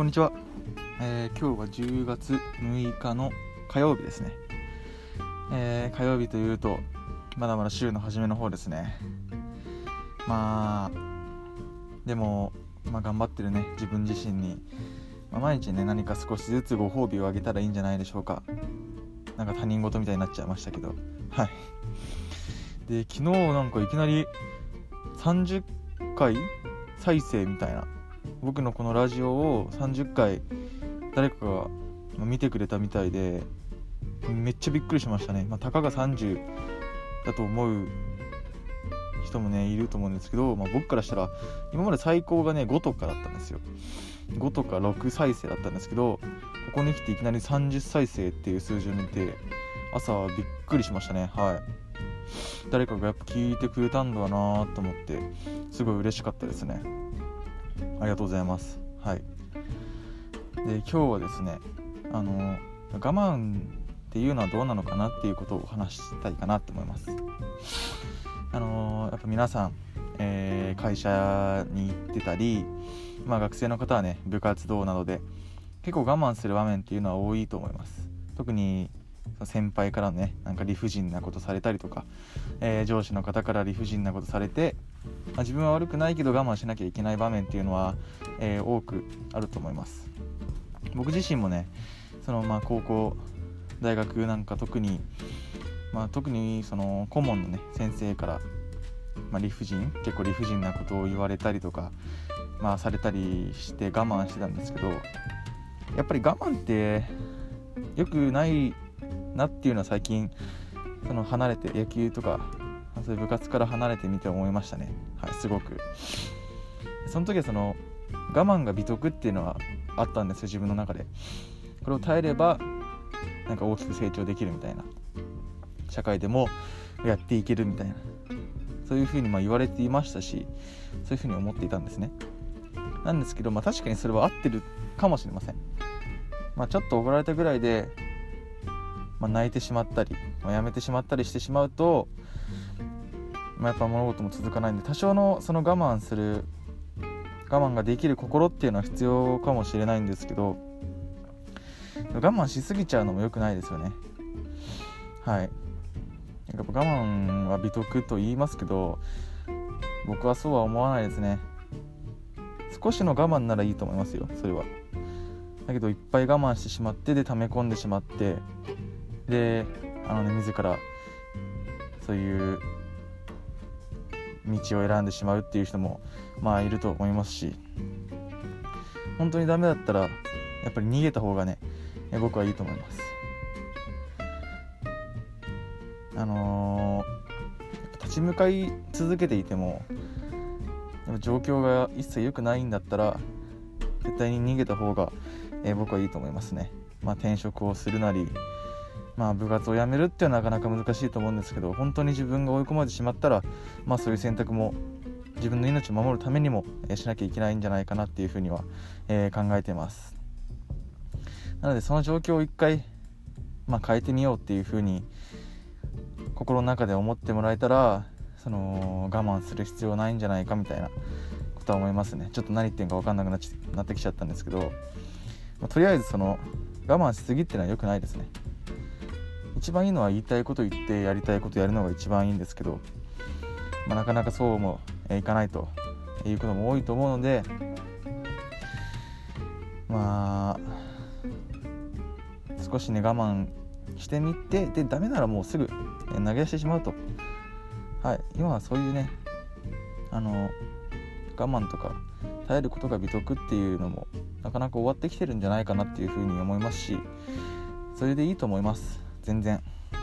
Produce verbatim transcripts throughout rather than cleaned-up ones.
んにちは、えー、今日はじゅうがつむいかの火曜日ですね、えー、火曜日というとまだまだ週の初めの方ですね。まあでも、まあ、頑張ってるね自分自身に、まあ、毎日ね何か少しずつご褒美をあげたらいいんじゃないでしょうか。なんか他人事みたいになっちゃいましたけど、はいで昨日なんかいきなりさんじゅっかい再生みたいな、僕のこのラジオをさんじゅっかい誰かが見てくれたみたいで、めっちゃびっくりしましたね。まあ、たかがさんじゅうだと思う人もねいると思うんですけど、まあ、僕からしたら今まで最高がねごとかだったんですよ。ごとかろく再生だったんですけど、ここに来ていきなりさんじゅっ再生っていう数字を見て朝びっくりしましたね。はい誰かがやっぱ聞いてくれたんだなと思ってすごい嬉しかったですね。ありがとうございます。はいで今日はですね、あの我慢っていうのはどうなのかなっていうことを話したいかなと思います。あのやっぱ皆さん、えー、会社に行ってたり、まあ、学生の方はね部活動などで結構我慢する場面っていうのは多いと思います。特に先輩からねなんか理不尽なことされたりとか、えー、上司の方から理不尽なことされて、まあ、自分は悪くないけど我慢しなきゃいけない場面っていうのは、えー、多くあると思います。僕自身もねその、まあ、高校大学なんか特に、まあ、特にその顧問のね先生から、まあ、理不尽結構理不尽なことを言われたりとか、まあ、されたりして我慢してたんですけど、やっぱり我慢って良くないなっていうのは最近その離れて野球とかそういう部活から離れてみて思いましたね。はいすごくその時はその我慢が美徳っていうのはあったんですよ自分の中で。これを耐えればなんか大きく成長できるみたいな、社会でもやっていけるみたいな、そういうふうにまあ言われていましたし、そういうふうに思っていたんですね。なんですけど、まあ、確かにそれは合ってるかもしれません。まあ、ちょっと怒られたぐらいで、まあ、泣いてしまったり、まあ、やめてしまったりしてしまうと、まあ、やっぱ物事も続かないんで、多少のその我慢する我慢ができる心っていうのは必要かもしれないんですけど、我慢しすぎちゃうのも良くないですよね。はいやっぱ我慢は美徳と言いますけど、僕はそうは思わないですね。少しの我慢ならいいと思いますよそれは。だけどいっぱい我慢してしまってで溜め込んでしまってであのね自らそういう道を選んでしまうっていう人もまあいると思いますし、本当にダメだったらやっぱり逃げた方がね僕はいいと思います。あのー、立ち向かい続けていても状況が一切良くないんだったら絶対に逃げた方が、えー、僕はいいと思いますね。まあ、転職をするなり、まあ、部活を辞めるっていうのはなかなか難しいと思うんですけど、本当に自分が追い込まれてしまったら、まあ、そういう選択も自分の命を守るためにも、えー、しなきゃいけないんじゃないかなっていうふうには、えー、考えています。なのでその状況を一回、まあ、変えてみようっていうふうに心の中で思ってもらえたら、その我慢する必要ないんじゃないかみたいなことは思いますね。ちょっと何言ってんか分かんなくなっちなってきちゃったんですけど、まあ、とりあえずその我慢しすぎっていうのは良くないですね。一番いいのは言いたいこと言ってやりたいことやるのが一番いいんですけど、まあ、なかなかそうもいかないということも多いと思うので、まあ少しね我慢してみて、でダメならもうすぐ投げ出してしまうと。はい今はそういうねあの我慢とか耐えることが美徳っていうのもなかなか終わってきてるんじゃないかなっていうふうに思いますし、それでいいと思います。全然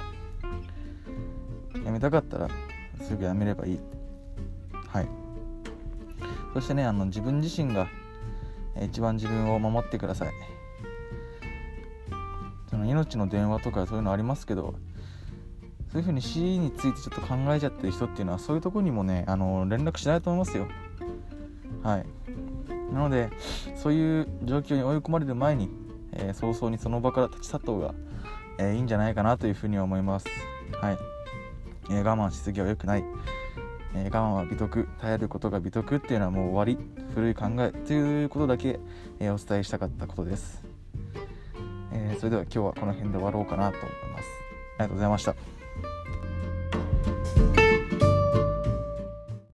やめたかったらすぐやめればいい。はいそしてねあの自分自身が一番自分を守ってください。その命の電話とかそういうのありますけど、そういう風に死についてちょっと考えちゃってる人っていうのはそういうところにもねあの連絡しないと思いますよ。はいなのでそういう状況に追い込まれる前に、えー、早々にその場から立ち去った方が、えー、いいんじゃないかなというふうに思います。はい、えー、我慢しすぎは良くない。 えー、我慢は美徳、耐えることが美徳っていうのはもう終わり、古い考えということだけ、えー、お伝えしたかったことです。えー、それでは今日はこの辺で終わろうかなと思います。ありがとうございました。